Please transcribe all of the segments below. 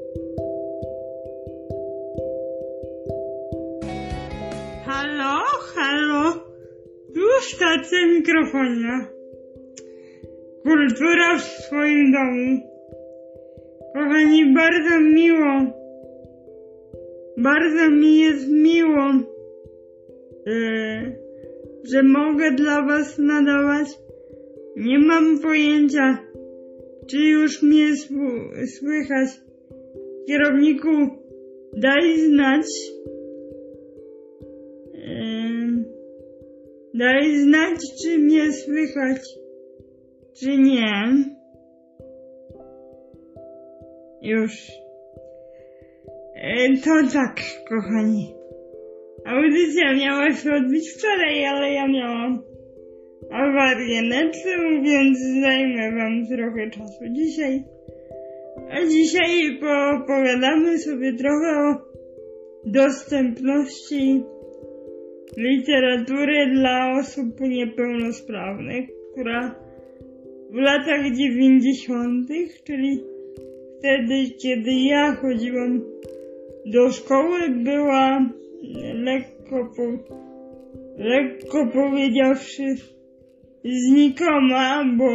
Halo, halo, już stacja mikrofonia. Kultura w swoim domu. Kochani, bardzo mi jest miło, że mogę dla was nadawać. Nie mam pojęcia, czy już mnie słychać. Kierowniku, daj znać. Daj znać, czy mnie słychać, czy nie. Już. To tak, kochani. Audycja miała się odbyć wczoraj, ale ja miałam awarię netu, więc zajmę wam trochę czasu dzisiaj. A dzisiaj poopowiadamy sobie trochę o dostępności literatury dla osób niepełnosprawnych, która w latach 90., czyli wtedy, kiedy ja chodziłam do szkoły, była lekko powiedziawszy znikoma, bo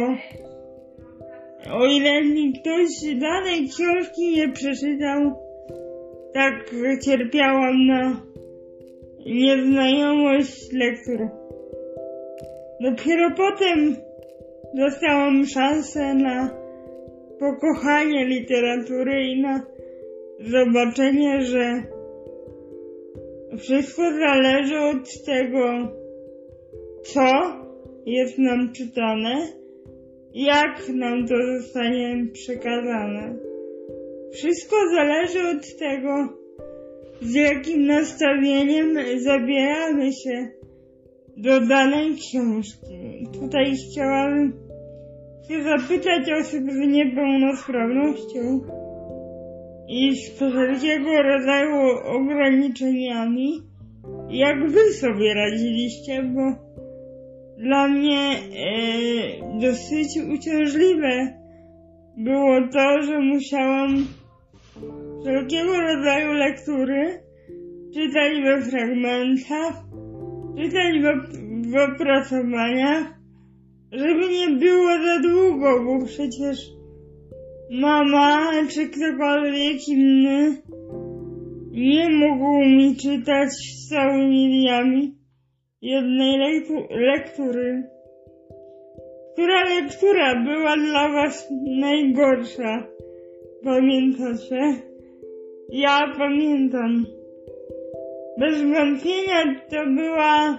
o ile ktoś danej książki nie przeczytał, tak cierpiałam na nieznajomość lektur. Dopiero potem dostałam szansę na pokochanie literatury i na zobaczenie, że wszystko zależy od tego, co jest nam czytane, jak nam to zostanie przekazane. Wszystko zależy od tego, z jakim nastawieniem zabieramy się do danej książki. Tutaj chciałabym się zapytać osób z niepełnosprawnością i z wszelkiego rodzaju ograniczeniami, jak wy sobie radziliście, bo dla mnie dosyć uciążliwe było to, że musiałam wszelkiego rodzaju lektury czytać we fragmentach, czytać w opracowaniach, żeby nie było za długo, bo przecież mama czy ktokolwiek inny nie mógł mi czytać całymi dniami jednej lektury. Która lektura była dla was najgorsza? Pamiętacie? Ja pamiętam. Bez wątpienia to była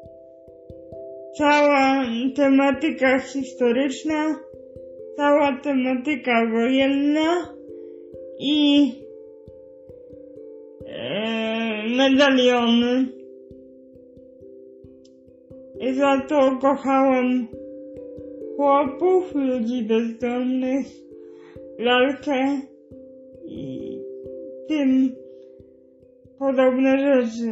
cała tematyka historyczna, cała tematyka wojenna i medaliony. Za to kochałam chłopów, ludzi bezdomnych, lalkę i tym podobne rzeczy.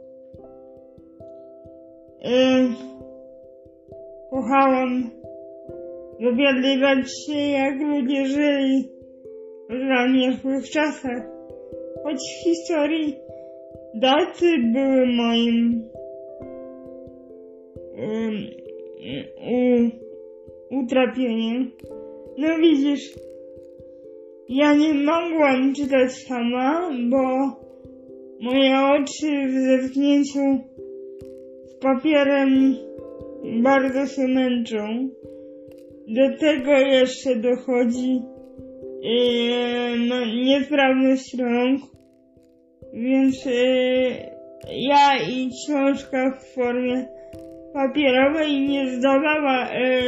Kochałam dowiadywać się, jak ludzie żyli w zamierzchłych czasach. Choć w historii daty były moim utrapieniem. No widzisz, ja nie mogłam czytać sama, bo moje oczy w zetknięciu z papierem bardzo się męczą. Do tego jeszcze dochodzi niesprawność rąk, więc ja i książka w formie papierowej nie zdawała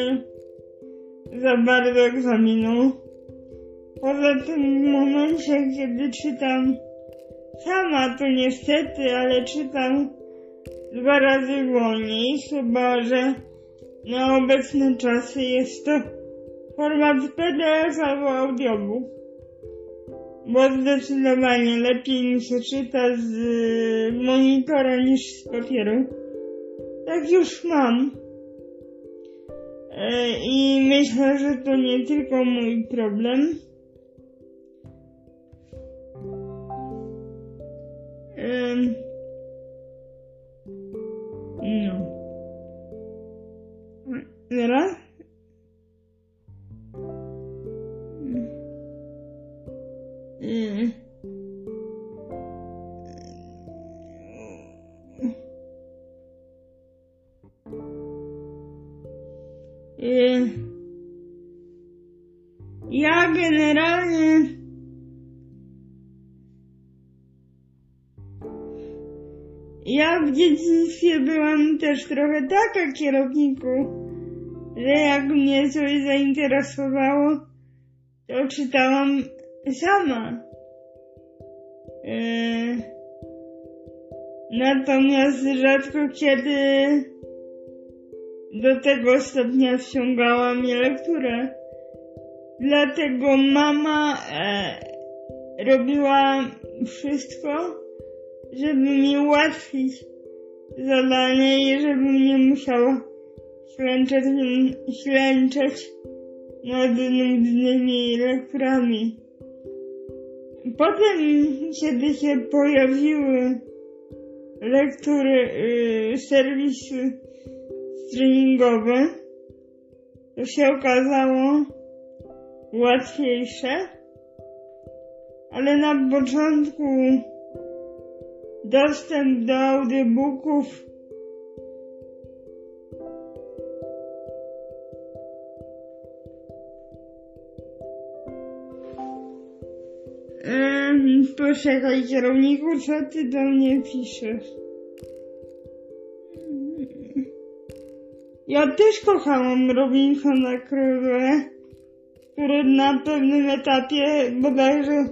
za bardzo egzaminu. Poza tym w momencie, kiedy czytam sama, to niestety, ale czytam 2 razy wolniej, chyba że na obecne czasy jest to format PDF albo audiobook, bo zdecydowanie lepiej mi się czyta z monitora niż z papieru. Tak już mam. I myślę, że to nie tylko mój problem. No. Zaraz? Ja generalnie w dzieciństwie byłam też trochę taka kierowniku, że jak mnie coś zainteresowało, to czytałam sama. Natomiast rzadko kiedy do tego stopnia wciągała mnie lektura. Dlatego mama robiła wszystko, żeby mi ułatwić zadanie i żebym nie musiała ślęczeć nad nudnymi lekturami. Potem, kiedy się pojawiły lektury, serwisy streamingowe, to się okazało łatwiejsze, ale na początku dostęp do audiobooków poczekaj, kierowniku, co ty do mnie piszesz? Ja też kochałam Robinsona Crusoe, który na pewnym etapie, bodajże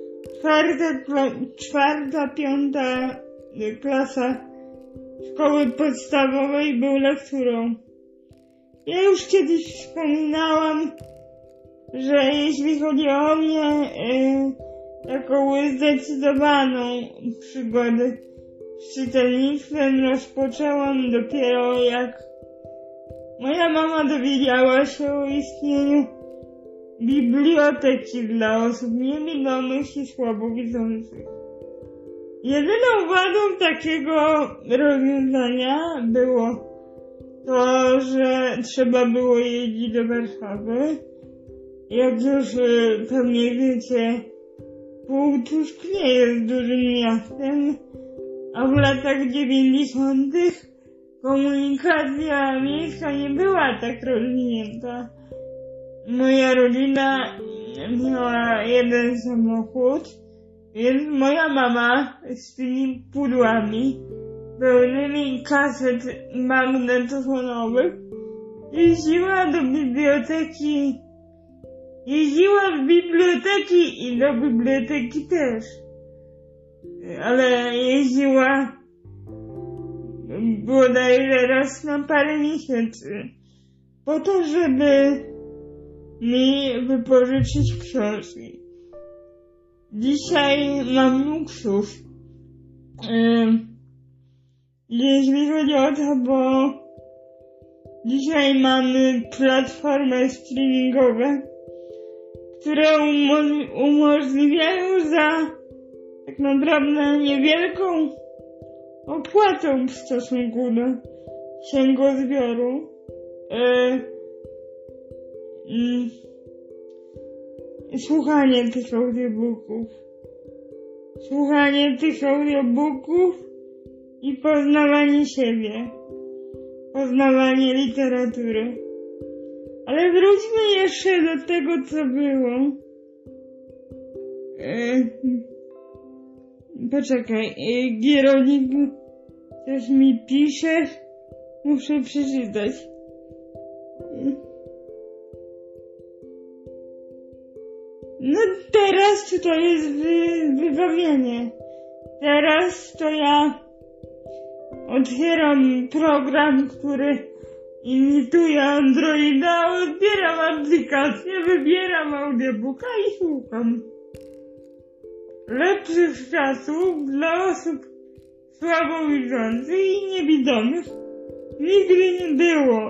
czwarta, piąta klasa szkoły podstawowej był lekturą. Ja już kiedyś wspominałam, że jeśli chodzi o mnie, taką zdecydowaną przygodę z czytelnictwem rozpoczęłam dopiero jak moja mama dowiedziała się o istnieniu biblioteki dla osób niewidomych i słabowidzących. Jedyną wadą takiego rozwiązania było to, że trzeba było jeździć do Warszawy. Jak już pewnie wiecie, Półtusk nie jest dużym miastem, a w latach 90. komunikacja miejska nie była tak rozwinięta. Moja rodzina miała jeden samochód, więc moja mama z tymi pudłami pełnymi kaset magnetofonowych jeździła w biblioteki i do biblioteki też. Ale jeździła bodajże raz na parę miesięcy po to, żeby mi wypożyczyć książki. Dzisiaj mam luksus. Jeśli chodzi o to, bo dzisiaj mamy platformy streamingowe, które umożliwiają za tak naprawdę niewielką opłatą w stosunku do księgozbioru słuchanie tych audiobooków i poznawanie siebie, poznawanie literatury. Ale wróćmy jeszcze do tego, co było. Poczekaj, Gieroniku, coś mi pisze, muszę przeczytać. No teraz to jest wybawienie. Teraz to ja otwieram program, który imituje Androida, odbieram aplikację, wybieram audiobooka i słucham. Lepszych czasów dla osób słabowidzących i niewidomych nigdy nie było.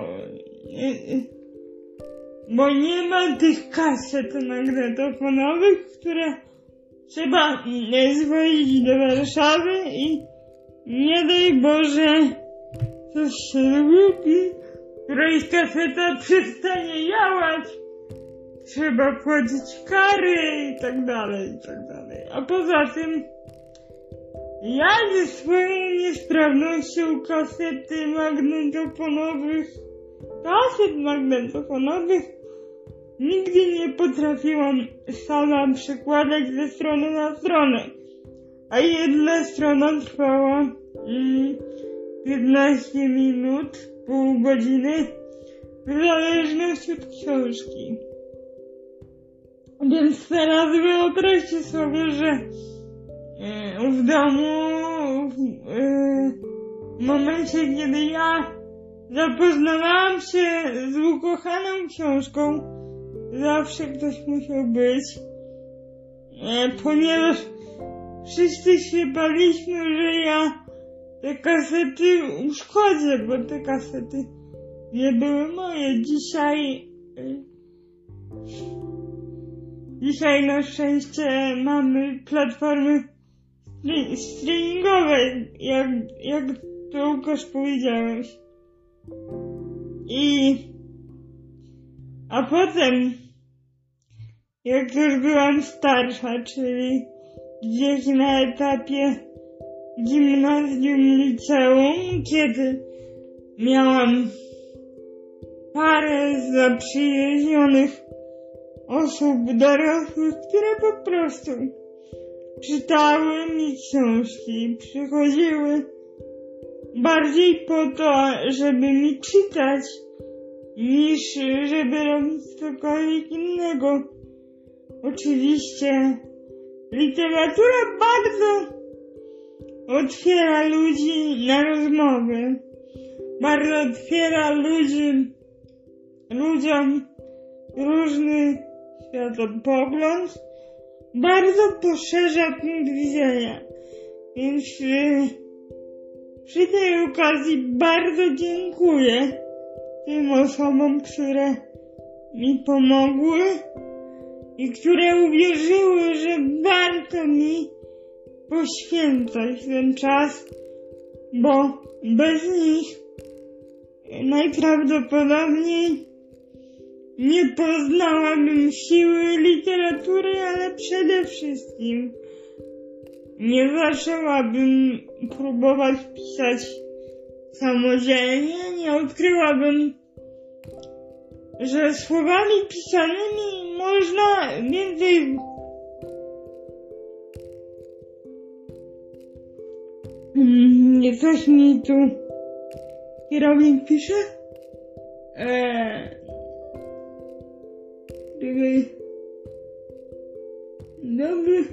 Bo nie ma tych kaset magnetofonowych, które trzeba zwozić do Warszawy i nie daj Boże coś się lubi, którejś kaseta przestanie działać, trzeba płacić kary i tak dalej, i tak dalej. A poza tym ja ze swoją niesprawnością kaset magnetofonowych nigdy nie potrafiłam sama przekładać ze strony na stronę, a jedna strona trwała 15 minut, pół godziny, w zależności od książki. Więc teraz wyobraźcie sobie, że w domu, w momencie, kiedy ja zapoznawałam się z ukochaną książką, zawsze ktoś musiał być, ponieważ wszyscy się baliśmy, że ja te kasety uszkodzę, bo te kasety nie były moje. Dzisiaj na szczęście mamy platformy streamingowe, jak to Łukasz powiedziałeś. A potem, jak już byłam starsza, czyli gdzieś na etapie gimnazjum, liceum, kiedy miałam parę zaprzyjaźnionych osób dorosłych, które po prostu czytały mi książki, przychodziły bardziej po to, żeby mi czytać, niż żeby robić cokolwiek innego. Oczywiście literatura bardzo otwiera ludzi na rozmowy, bardzo otwiera ludziom różny światopogląd, bardzo poszerza punkt widzenia. Więc przy tej okazji bardzo dziękuję tym osobom, które mi pomogły i które uwierzyły, że warto mi poświęcać ten czas, bo bez nich najprawdopodobniej nie poznałabym siły literatury, ale przede wszystkim nie zaczęłabym próbować pisać samodzielnie, nie odkryłabym, że słowami pisanymi można więcej coś mi tu kierownik pisze. Dobry.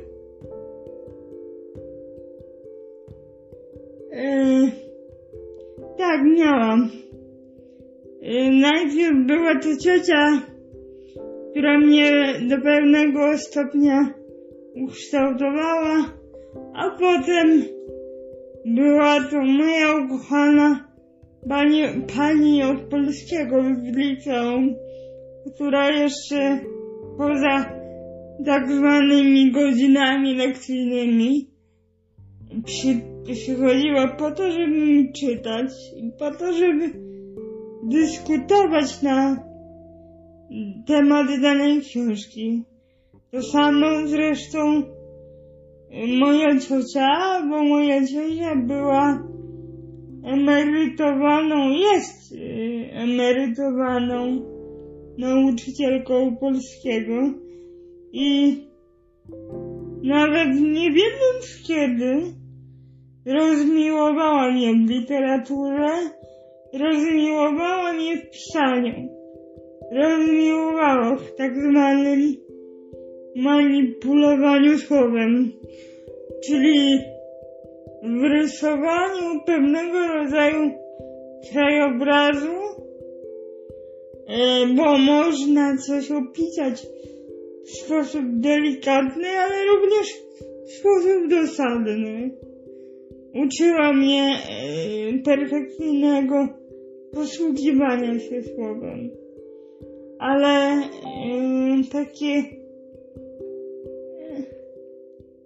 Tak, miałam. Najpierw była to ciocia, która mnie do pewnego stopnia ukształtowała, a potem była to moja ukochana pani od polskiego w liceum, która jeszcze poza tak zwanymi godzinami lekcyjnymi przychodziła po to, żeby mi czytać i po to, żeby dyskutować na temat danej książki. To samo zresztą moja ciocia, bo moja ciocia była jest emerytowaną nauczycielką polskiego i nawet nie wiedząc kiedy rozmiłowała mnie w literaturze, rozmiłowała mnie w pisaniu, rozmiłowała w tak zwanym manipulowaniu słowem, czyli w rysowaniu pewnego rodzaju krajobrazu, bo można coś opisać w sposób delikatny, ale również w sposób dosadny. Uczyła mnie perfekcyjnego posługiwania się słowem, ale takie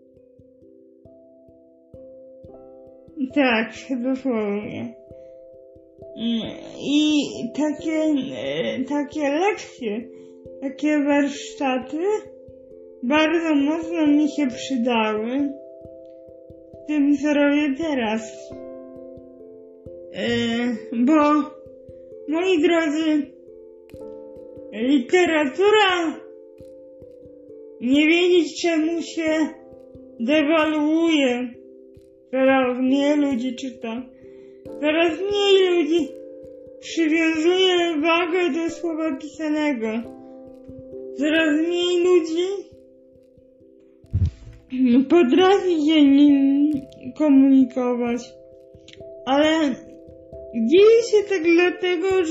Tak, dosłownie. I takie lekcje, takie warsztaty bardzo mocno mi się przydały w tym, co robię teraz. Bo, moi drodzy, literatura, nie wiedzieć czemu się dewaluuje. Coraz mniej ludzi czyta. Coraz mniej ludzi przywiązuje wagę do słowa pisanego. Coraz mniej ludzi potrafi się nim komunikować. Ale dzieje się tak dlatego,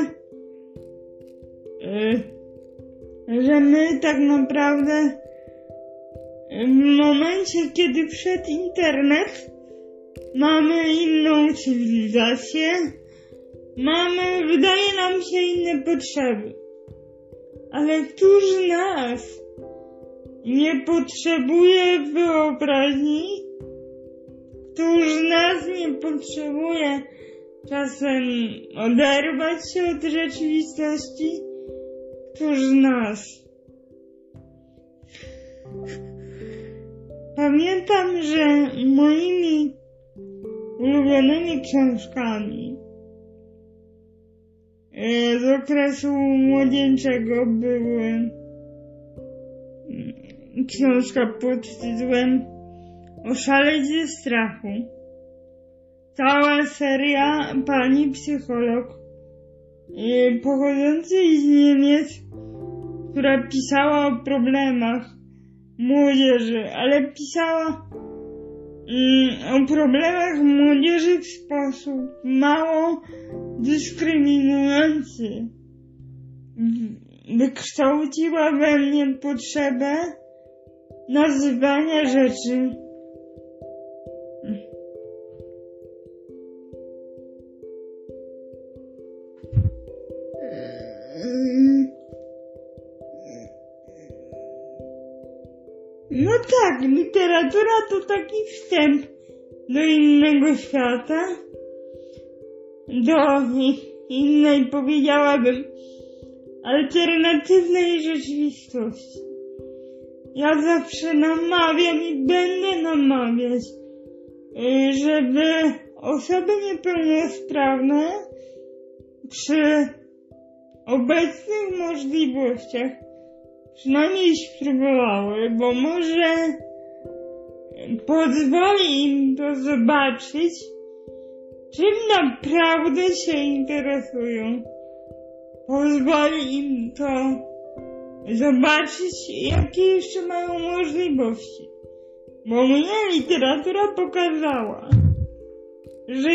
że my tak naprawdę w momencie, kiedy wszedł internet, mamy inną cywilizację, wydaje nam się inne potrzeby. Ale któż z nas nie potrzebuje wyobraźni? Któż z nas nie potrzebuje czasem oderwać się od rzeczywistości? Któż z nas? Pamiętam, że moimi ulubionymi książkami z okresu młodzieńczego były książka pod tytułem Oszaleć ze strachu. Cała seria pani psycholog pochodzącej z Niemiec, która pisała o problemach młodzieży, ale pisała o problemach młodzieży w sposób mało dyskryminujący. Wykształciła we mnie potrzebę nazywania rzeczy No tak, literatura to taki wstęp do innego świata, do innej, powiedziałabym, alternatywnej rzeczywistości. Ja zawsze namawiam i będę namawiać, żeby osoby niepełnosprawne przy obecnych możliwościach przynajmniej spróbowały, bo może pozwoli im to zobaczyć, czym naprawdę się interesują. Pozwoli im to zobaczyć, jakie jeszcze mają możliwości. Bo mnie literatura pokazała, że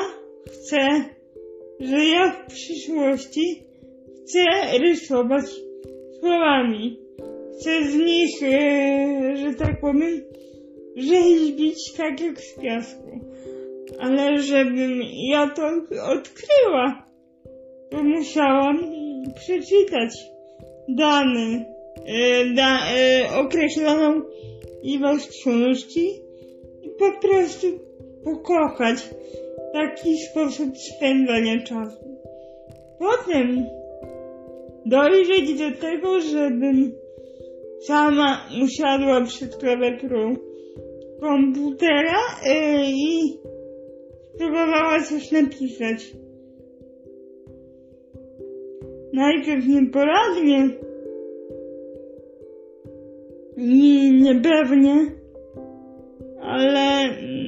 ja w przyszłości chcę rysować słowami. Chcę z nich, że tak powiem, rzeźbić tak jak z piasku. Ale żebym ja to odkryła, to musiałam przeczytać określoną ilość książki i po prostu pokochać taki sposób spędzania czasu. Potem dojrzeć do tego, żebym sama usiadła przed klawiaturą komputera i spróbowała coś napisać. Najpierw nieporadnie i niepewnie, ale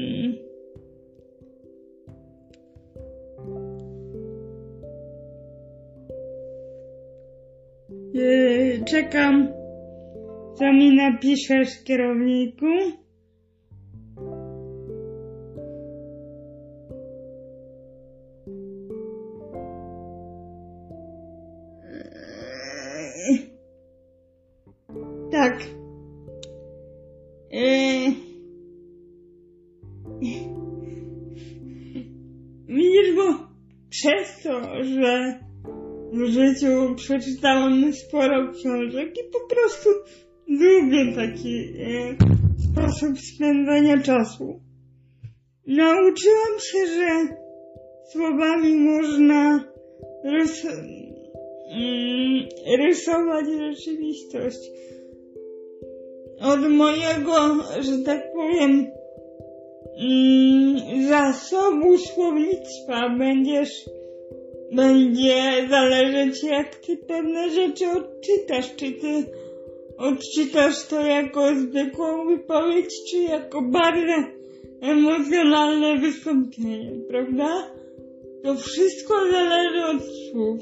czekam, co mi napiszesz, kierowniku. Tak. Widzisz, bo przez to, że w życiu przeczytałam sporo książek i po prostu lubię taki sposób spędzania czasu. nauczyłam się, że słowami można rysować rzeczywistość. Od mojego, że tak powiem, zasobu słownictwa będzie zależeć, jak ty pewne rzeczy odczytasz. Czy ty odczytasz to jako zwykłą wypowiedź, czy jako bardzo emocjonalne wystąpienie, prawda? To wszystko zależy od słów.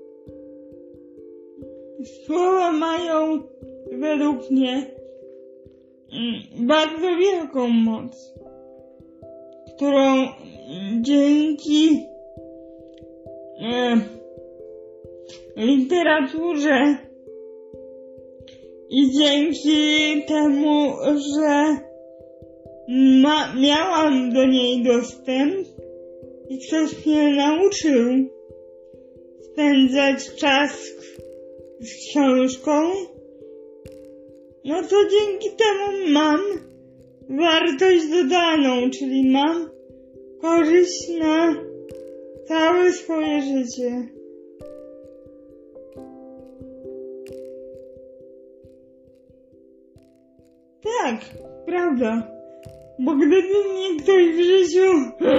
Słowa mają według mnie bardzo wielką moc, którą dzięki literaturze i dzięki temu, że miałam do niej dostęp i ktoś mnie nauczył spędzać czas z książką, no to dzięki temu mam wartość dodaną, czyli mam korzyść na całe swoje życie. Tak, prawda. Bo gdyby mnie ktoś w życiu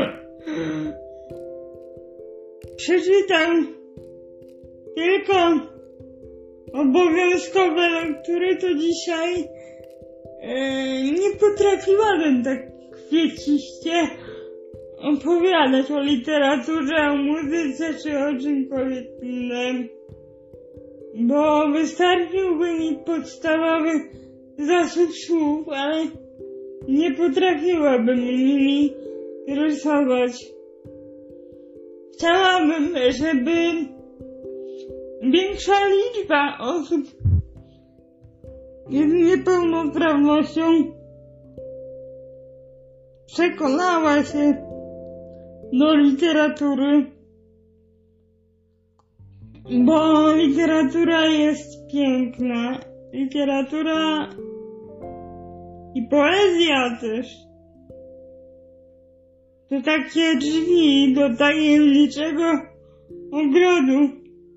przeczytał tylko obowiązkowe lektury, to dzisiaj nie potrafiłabym tak kwieciście opowiadać o literaturze, o muzyce czy o czymkolwiek innym. Bo wystarczyłby mi podstawowy zasób słów, ale nie potrafiłabym nimi rysować. Chciałabym, żeby większa liczba osób z niepełnosprawnością przekonała się do literatury, bo literatura jest piękna. Literatura i poezja też to takie drzwi do tajemniczego ogrodu,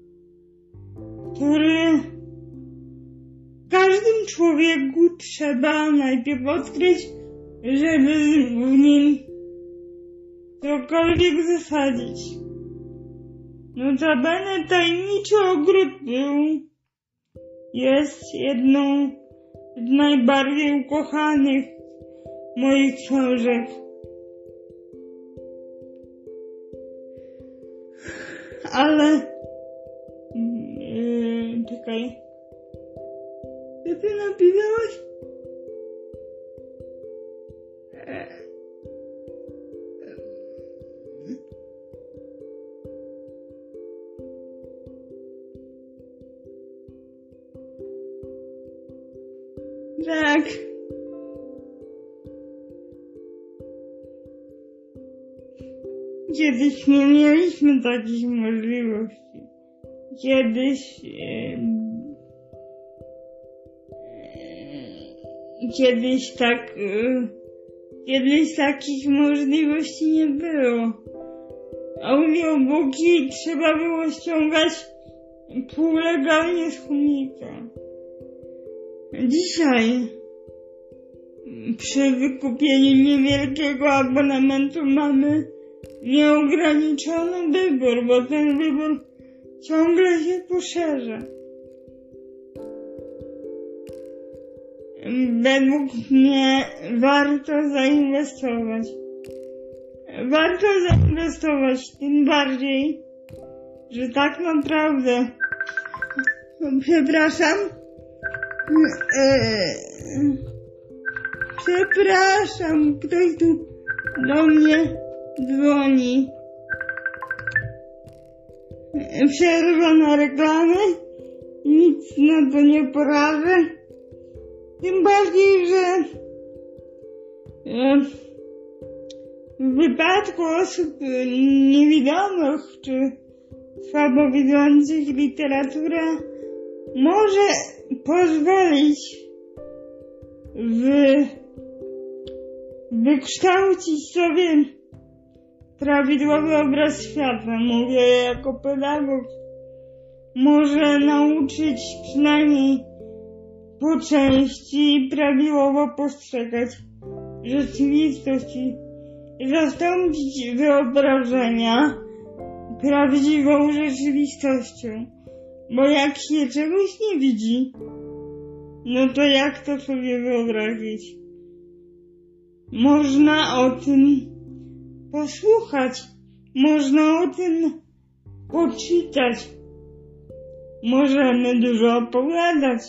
który w każdym człowieku trzeba najpierw odkryć, żeby w nim cokolwiek zasadzić. Notabene tajemniczy ogród jest jedną z najbardziej ukochanych moich książek. Ale czekaj. Co ty napisałeś? Tak. Kiedyś nie mieliśmy takich możliwości. Kiedyś takich możliwości nie było. Audiobooki trzeba było ściągać półlegalnie z chomika. Dzisiaj przy wykupieniu niewielkiego abonamentu mamy nieograniczony wybór, bo ten wybór ciągle się poszerza. Według mnie warto zainwestować. Warto zainwestować tym bardziej, że tak naprawdę... Przepraszam, ktoś tu do mnie dzwoni. Przerwa na reklamę. Nic na to nie poradzę. Tym bardziej, że w wypadku osób niewidomych czy słabowidzących literatura może pozwolić w wykształcić sobie prawidłowy obraz świata, mówię jako pedagog, może nauczyć przynajmniej po części prawidłowo postrzegać rzeczywistość i zastąpić wyobrażenia prawdziwą rzeczywistością. Bo jak się czegoś nie widzi, no to jak to sobie wyobrazić? Można o tym posłuchać, można o tym poczytać, możemy dużo opowiadać.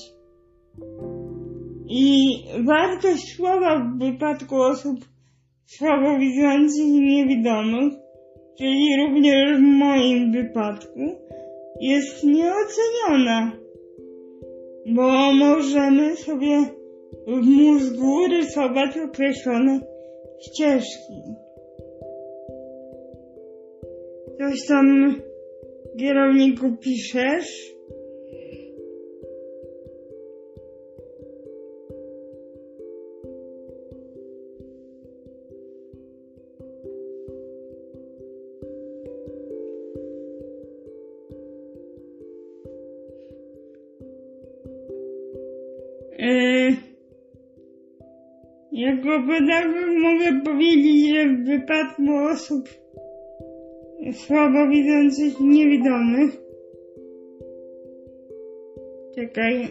I wartość słowa w wypadku osób słabowidzących i niewidomych, czyli również w moim wypadku, jest nieoceniona, bo możemy sobie w mózgu rysować określone ścieżki. Coś tam, kierowniku, piszesz? Jako pedagog mogę powiedzieć, że w wypadku osób słabowidzących i niewidomych, czekaj,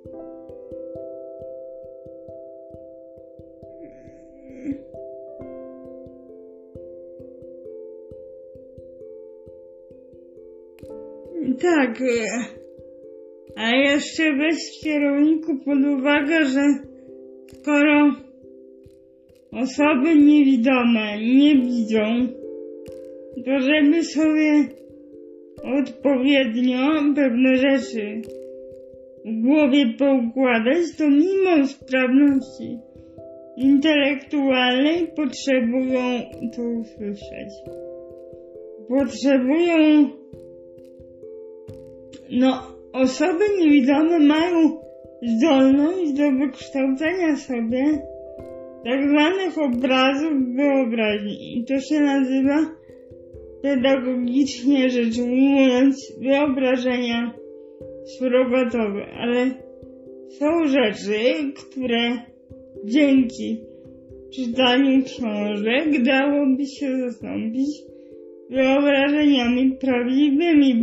tak, a jeszcze weź, kierowniku, pod uwagę, że skoro osoby niewidome nie widzą, to żeby sobie odpowiednio pewne rzeczy w głowie poukładać, to mimo sprawności intelektualnej potrzebują to usłyszeć. Osoby niewidome mają zdolność do wykształcenia sobie tak zwanych obrazów wyobraźni i to się nazywa pedagogicznie rzecz ujmując wyobrażenia surogatowe, ale są rzeczy, które dzięki czytaniu książek dałoby się zastąpić wyobrażeniami prawdziwymi,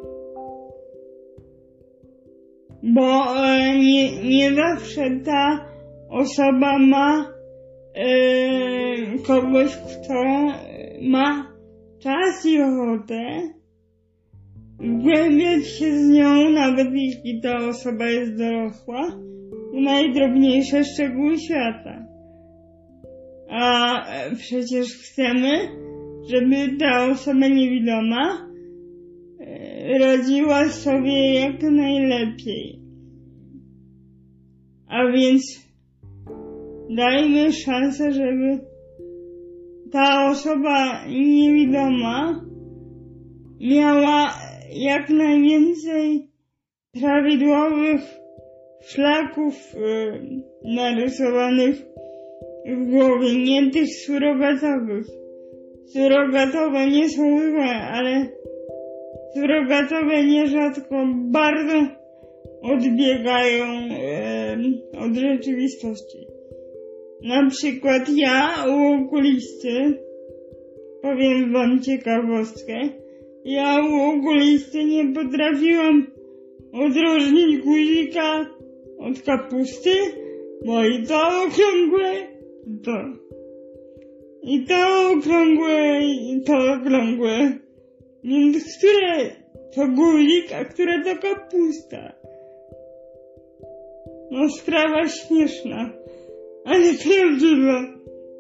bo nie zawsze ta osoba ma kogoś, kto ma czas i ochotę wgłębiać się z nią, nawet jeśli ta osoba jest dorosła, w najdrobniejsze szczegóły świata. A przecież chcemy, żeby ta osoba niewidoma radziła sobie jak najlepiej. A więc dajmy szansę, żeby ta osoba niewidoma miała jak najwięcej prawidłowych szlaków narysowanych w głowie, nie tych surogatowych. Surogatowe nie są złe, ale surogatowe nierzadko bardzo odbiegają od rzeczywistości. Na przykład ja u okulisty, powiem wam ciekawostkę, ja u okulisty nie potrafiłam odróżnić guzika od kapusty, bo i to okrągłe, i to okrągłe, i to okrągłe. Więc które to guzik, a które to kapusta? No sprawa śmieszna, ale prawdziwa.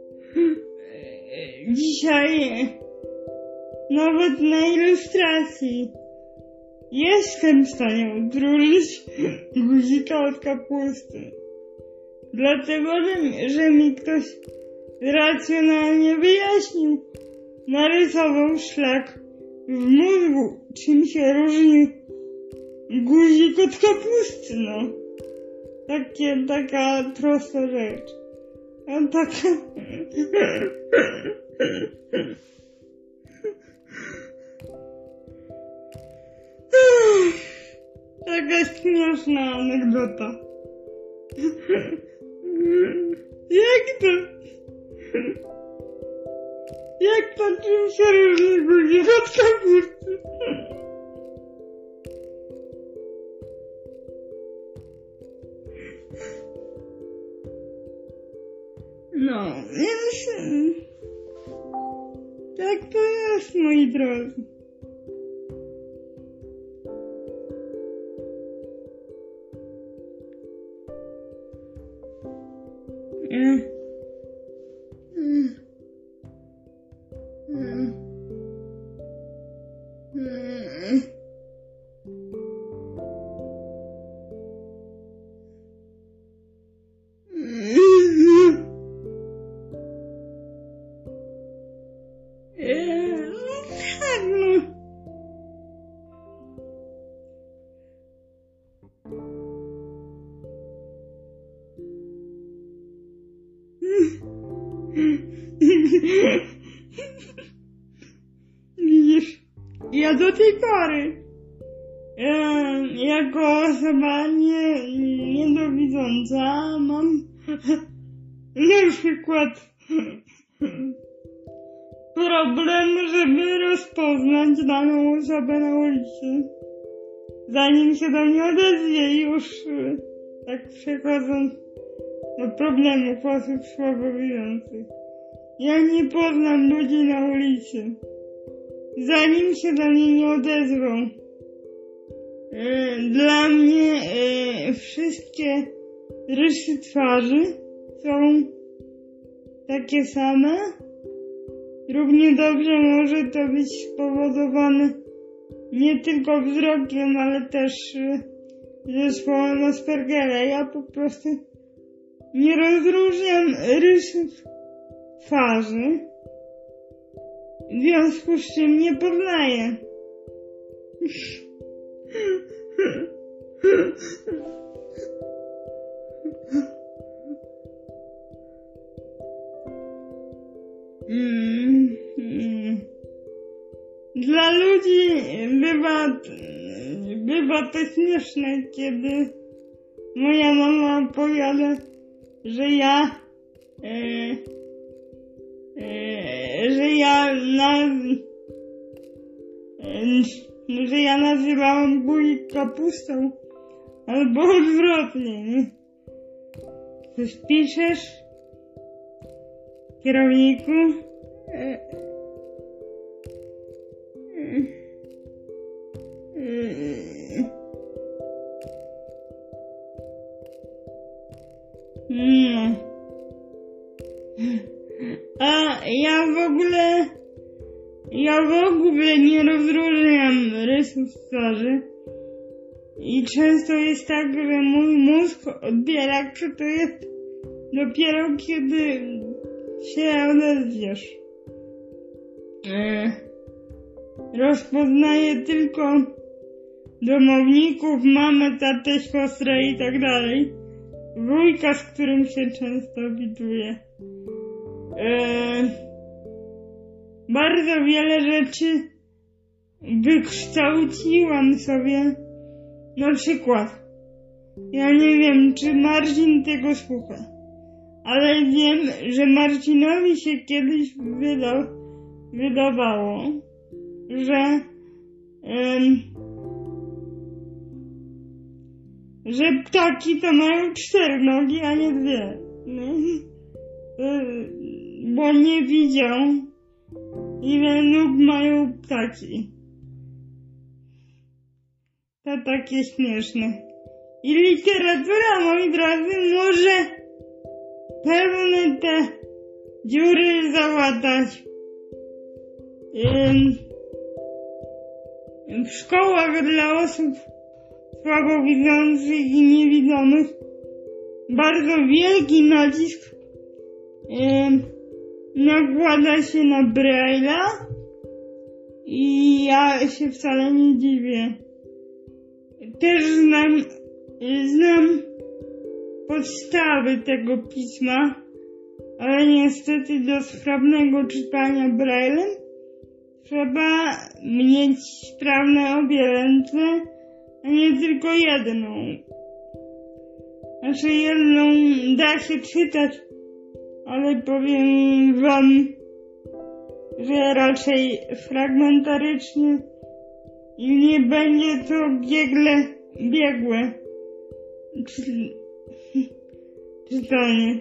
Dzisiaj nawet na ilustracji jestem w stanie odróżnić guzika od kapusty. Dlatego, że mi ktoś racjonalnie wyjaśnił, narysował szlak w mózgu, czym się różni guzik od kapusty, Taka prosta rzecz. A taka... Taka śmieszna anegdota. Jak to? Jak to czym się różni guzik od kapusty? No, więc tak to jest, moi drodzy. Tak, no. Widzisz, ja do tej pory, jako osoba niedowidząca mam na przykład problem, żeby rozpoznać daną osobę na ulicy, zanim się do mnie odezwie, już tak przechodząc do problemów osób słabowidzących. Ja nie poznam ludzi na ulicy, zanim się do mnie nie odezwą. Dla mnie wszystkie rysy twarzy są takie same. Równie dobrze może to być spowodowane nie tylko wzrokiem, ale też zespołem Aspergera. Ja po prostu nie rozróżniam rysów twarzy, w związku z czym nie poznaję. Dla ludzi bywa to śmieszne, kiedy moja mama powiada, że ja nazywałam guzik kapustą, albo odwrotnie, nie? Coś piszesz, kierowniku? No. A ja w ogóle nie rozróżniam rysów twarzy. I często jest tak, że mój mózg odbiera, kto to jest dopiero kiedy się odezwiesz. Rozpoznaję tylko domowników, mamę, tatę, siostrę i tak dalej. Wujka, z którym się często widuję. Bardzo wiele rzeczy wykształciłam sobie. Na przykład, ja nie wiem, czy Marcin tego słucha, ale wiem, że Marcinowi się kiedyś wydawało, że ptaki to mają 4 nogi, a nie 2. Bo nie widział, ile nóg mają ptaki. To takie śmieszne. I literatura, moi drodzy, może pewne te dziury załatać. W szkołach dla osób słabowidzących i niewidomych bardzo wielki nacisk nakłada się na Braille'a i ja się wcale nie dziwię. Też znam podstawy tego pisma, ale niestety do sprawnego czytania Braille'em trzeba mieć sprawne obie ręce, a nie tylko jedną. Znaczy jedną da się czytać, ale powiem wam, że raczej fragmentarycznie i nie będzie to biegłe czytanie.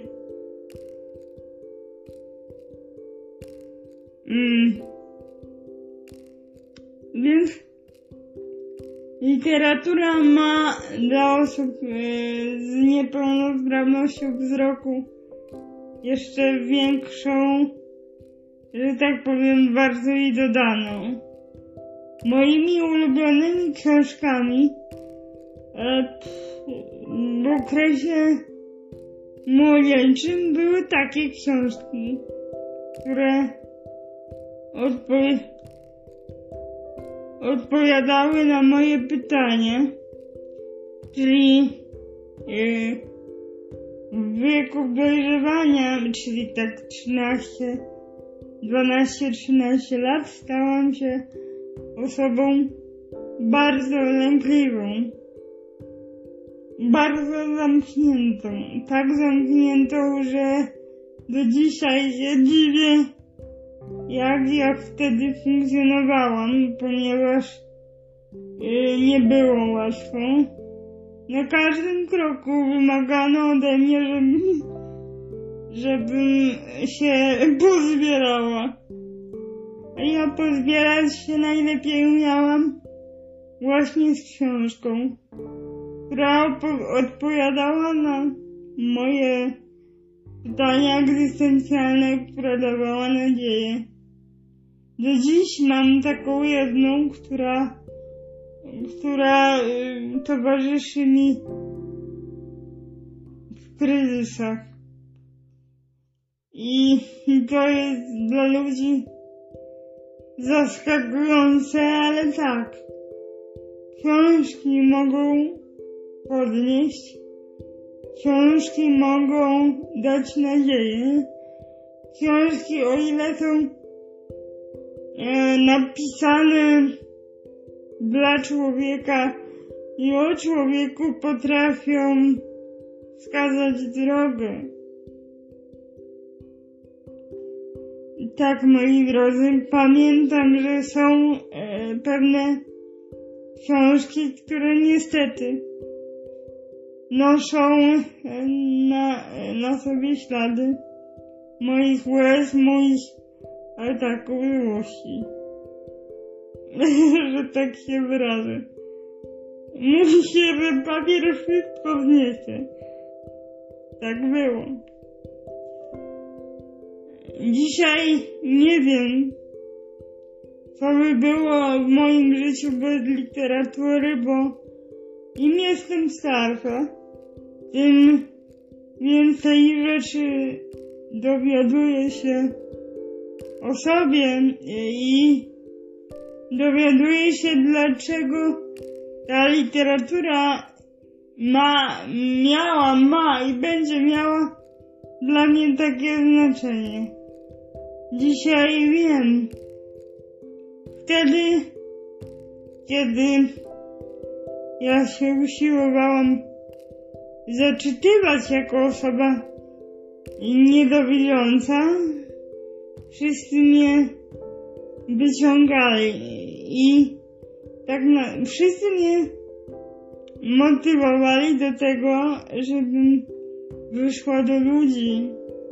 Więc literatura ma dla osób z niepełnosprawnością wzroku jeszcze większą, że tak powiem, wartość i dodaną. Moimi ulubionymi książkami w okresie młodzieńczym były takie książki, które odpowiadały na moje pytanie, czyli w wieku dojrzewania, czyli tak 12-13 lat, stałam się osobą bardzo lękliwą, bardzo zamkniętą, tak zamkniętą, że do dzisiaj się dziwię, jak ja wtedy funkcjonowałam, ponieważ nie było łatwo. Na każdym kroku wymagano ode mnie, żebym się pozbierała. A ja pozbierać się najlepiej umiałam właśnie z książką, która odpowiadała na moje pytania egzystencjalne, która dawała nadzieję. Do dziś mam taką jedną, która towarzyszy mi w kryzysach. I to jest dla ludzi zaskakujące, ale tak. Książki mogą podnieść, książki mogą dać nadzieję. Książki, o ile są napisane dla człowieka i o człowieku, potrafią wskazać drogę. Tak, moi drodzy, pamiętam, że są pewne książki, które niestety noszą na sobie ślady moich łez, moich ataków złości. Że tak się wyrażę. Mówi się, że papier wszystko zniesie. Tak było. Dzisiaj nie wiem, co by było w moim życiu bez literatury, bo im jestem starsza, tym więcej rzeczy dowiaduję się o sobie i dowiaduję się, dlaczego ta literatura ma i będzie miała dla mnie takie znaczenie. Dzisiaj wiem. Wtedy, kiedy ja się usiłowałam zaczytywać jako osoba niedowidząca, wszyscy mnie wyciągali i wszyscy mnie motywowali do tego, żebym wyszła do ludzi,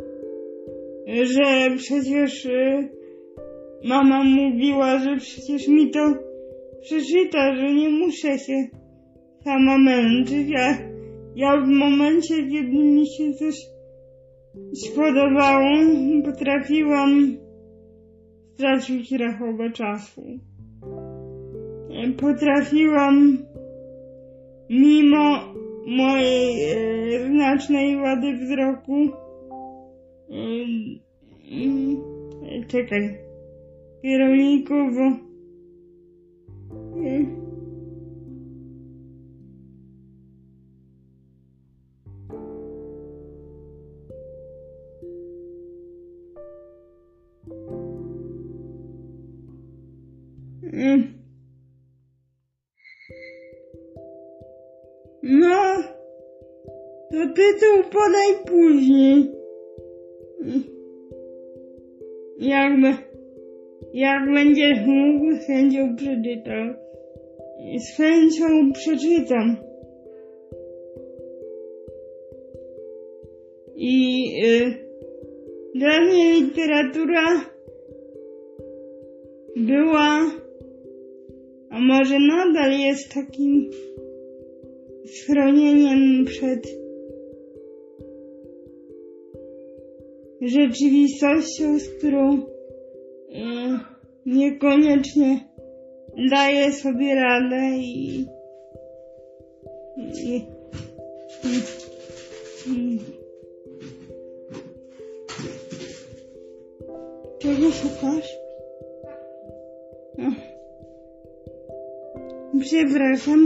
że przecież mama mówiła, że przecież mi to przeczyta, że nie muszę się sama męczyć, a ja w momencie, kiedy mi się coś spodobało, potrafiłam stracić rachubę czasu. Potrafiłam mimo mojej znacznej wady wzroku czekaj, kierowniku, bo No, to tytuł podaj później. Jak będziesz mógł, z chęcią przeczytam. Z chęcią przeczytam. I dla mnie literatura była, a może nadal jest takim schronieniem przed rzeczywistością, z którą niekoniecznie daję sobie radę i czego szukasz? Przepraszam.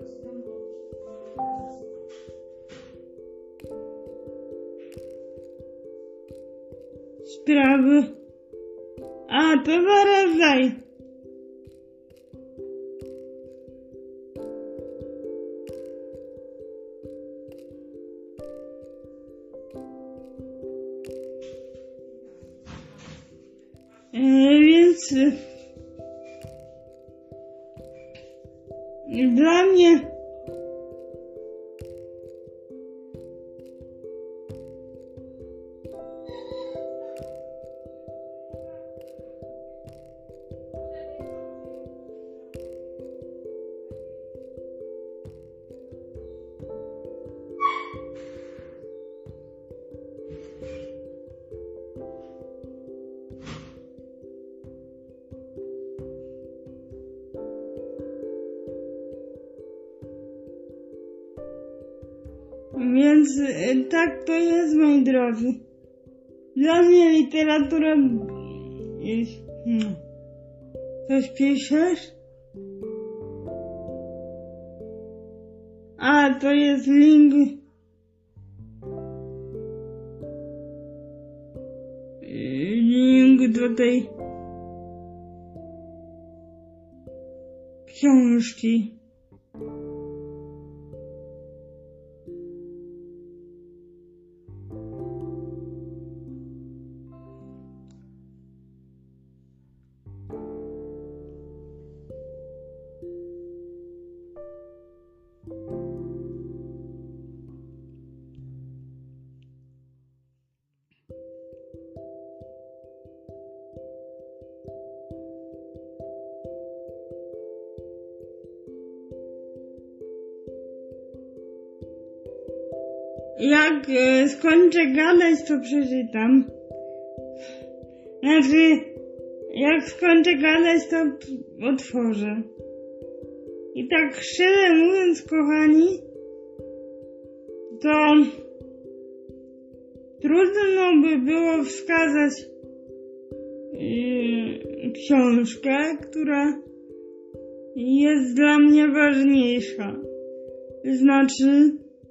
Sprawy. A, to zaraz daj. Więc dla mnie tak to jest, moi drodzy. Dla mnie literatura jest... Coś piszesz? A, to jest link... Link do tej... książki. Jak skończę gadać, to przeczytam. Znaczy, jak skończę gadać, to otworzę. I tak szczerze mówiąc, kochani, to trudno by było wskazać książkę, która jest dla mnie ważniejsza. Znaczy,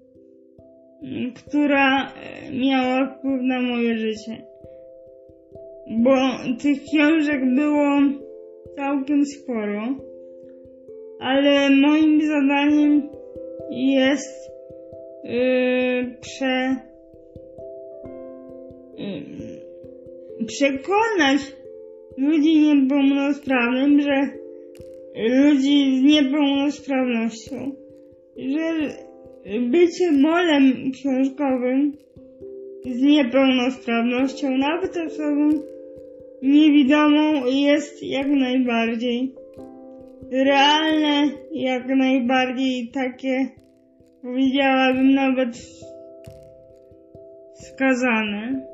która miała wpływ na moje życie. Bo tych książek było całkiem sporo, ale moim zadaniem jest przekonać ludzi niepełnosprawnych, że ludzi z niepełnosprawnością, że bycie molem książkowym z niepełnosprawnością, nawet osobą niewidomą, jest jak najbardziej realne, jak najbardziej takie, powiedziałabym, nawet wskazane.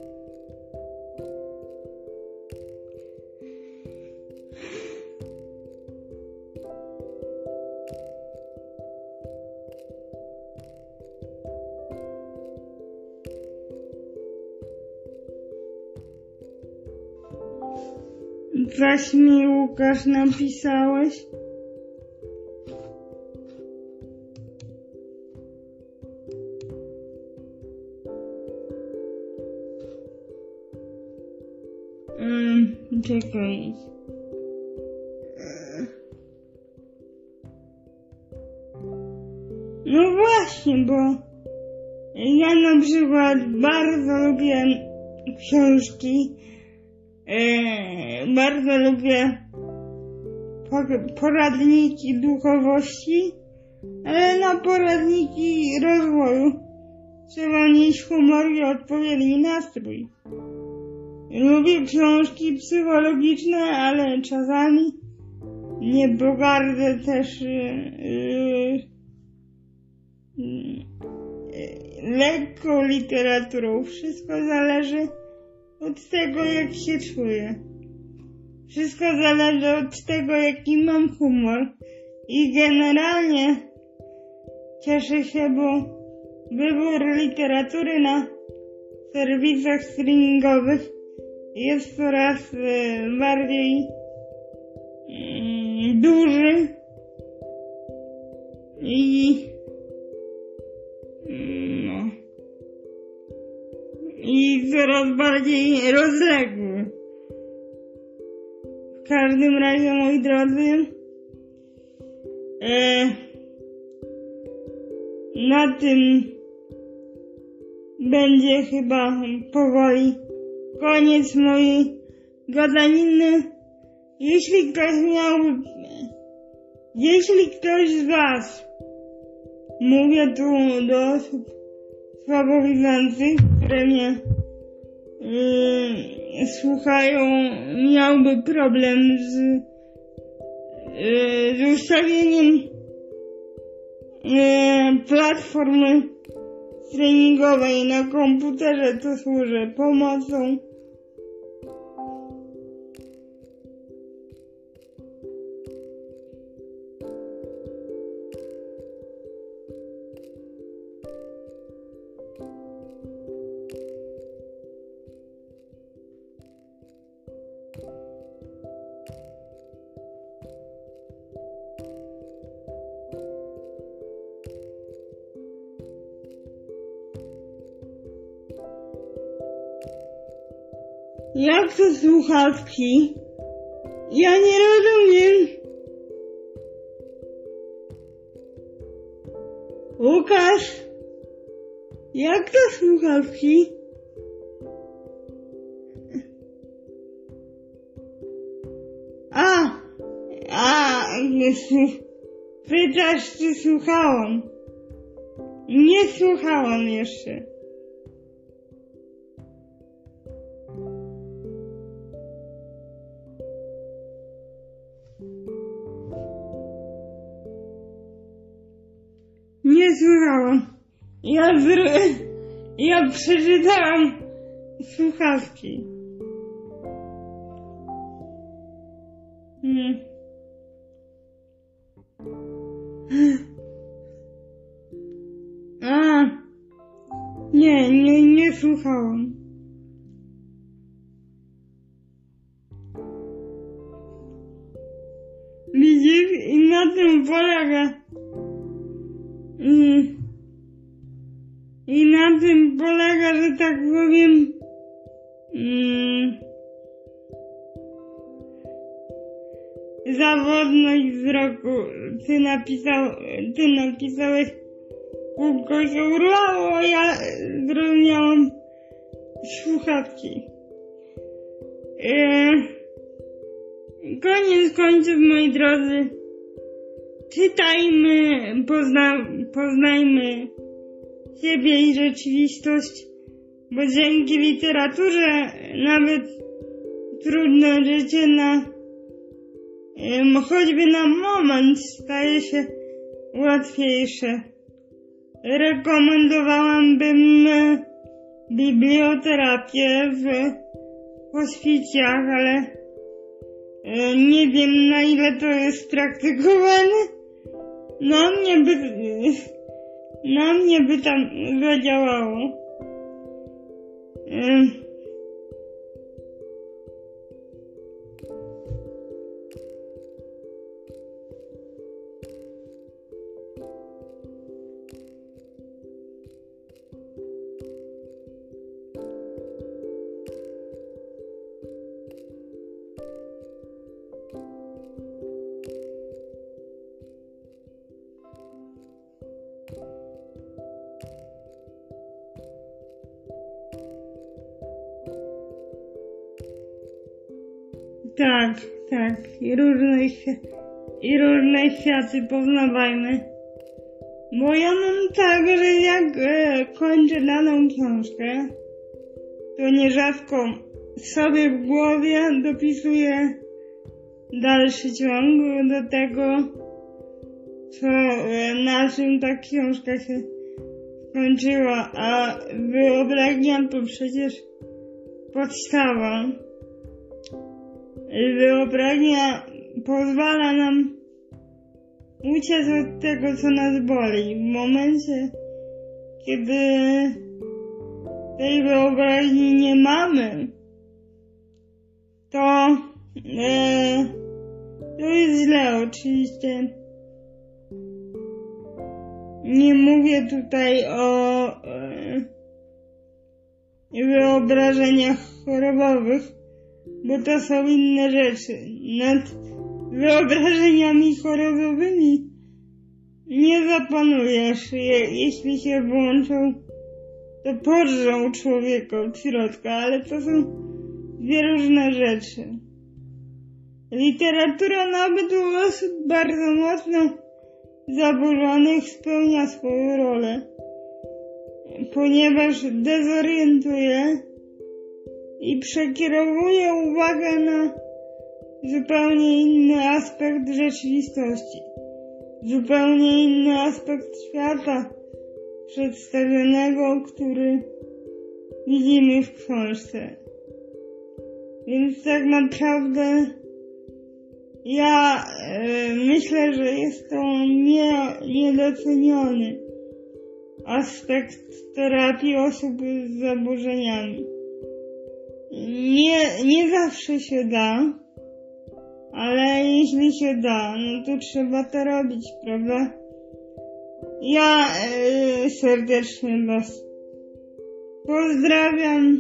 Zaś mi, Łukasz, napisałeś? Czekaj. właśnie, bo ja na przykład bardzo lubię książki, bardzo lubię poradniki duchowości, ale na poradniki rozwoju trzeba mieć humor i odpowiedni nastrój. Lubię książki psychologiczne, ale czasami nie pogardzę też lekką literaturą. Wszystko zależy od tego, jak się czuję. Wszystko zależy od tego, jaki mam humor. I generalnie cieszę się, bo wybór literatury na serwisach streamingowych jest coraz bardziej duży i coraz bardziej rozległy. W każdym razie, moi drodzy, na tym będzie chyba powoli koniec mojej gadaniny. Jeśli ktoś z was, mówię tu do osób słabowidzących, które mnie słuchają, miałby problem z ustawieniem platformy streamingowej na komputerze, to służę pomocą. Jak to słuchawki? Ja nie rozumiem. Łukasz? Jak to słuchawki? Pytasz, czy słuchałam? Nie słuchałam jeszcze. Nie słuchałam. Ja przeczytałam słuchawki. Nie słuchałam. Widzisz, i na tym polega. I na tym polega, że tak powiem, zawodność wzroku. Ty napisałeś, kółko się urwało, a ja zrozumiałam słuchawki. Koniec końców, moi drodzy, czytajmy, poznajmy siebie i rzeczywistość, bo dzięki literaturze nawet trudne życie choćby na moment staje się łatwiejsze. Rekomendowałabym biblioterapię w hospicjach, ale nie wiem, na ile to jest praktykowane. Na mnie by tam zadziałało. Tak. I różne światy poznawajmy. Bo ja mam tak, że jak kończę daną książkę, to nierzadko sobie w głowie dopisuję dalszy ciąg do tego, co, na czym ta książka się skończyła, a wyobraźnia to przecież podstawa. Wyobraźnia pozwala nam uciec od tego, co nas boli. W momencie, kiedy tej wyobraźni nie mamy, to jest źle oczywiście. Nie mówię tutaj o wyobrażeniach chorobowych, bo to są inne rzeczy. Nad wyobrażeniami chorobowymi nie zapanujesz. Jeśli się włączą, to porżą człowieka od środka, ale to są dwie różne rzeczy. Literatura nawet u osób bardzo mocno zaburzonych spełnia swoją rolę, ponieważ dezorientuje i przekierowuje uwagę na zupełnie inny aspekt rzeczywistości, zupełnie inny aspekt świata przedstawionego, który widzimy w książce. Więc tak naprawdę ja myślę, że jest to niedoceniony aspekt terapii osób z zaburzeniami. Nie zawsze się da, ale jeśli się da, no to trzeba to robić, prawda? Ja serdecznie Was pozdrawiam,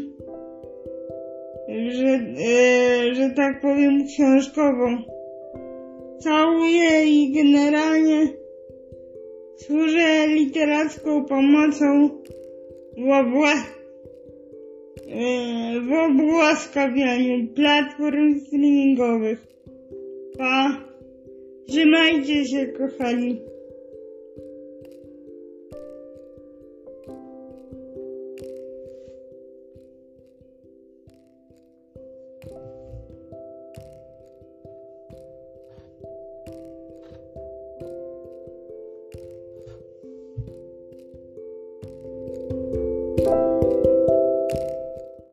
że tak powiem książkowo. Całuję i generalnie służę literacką pomocą w obłaskawianiu platform streamingowych. Pa! Trzymajcie się, kochani.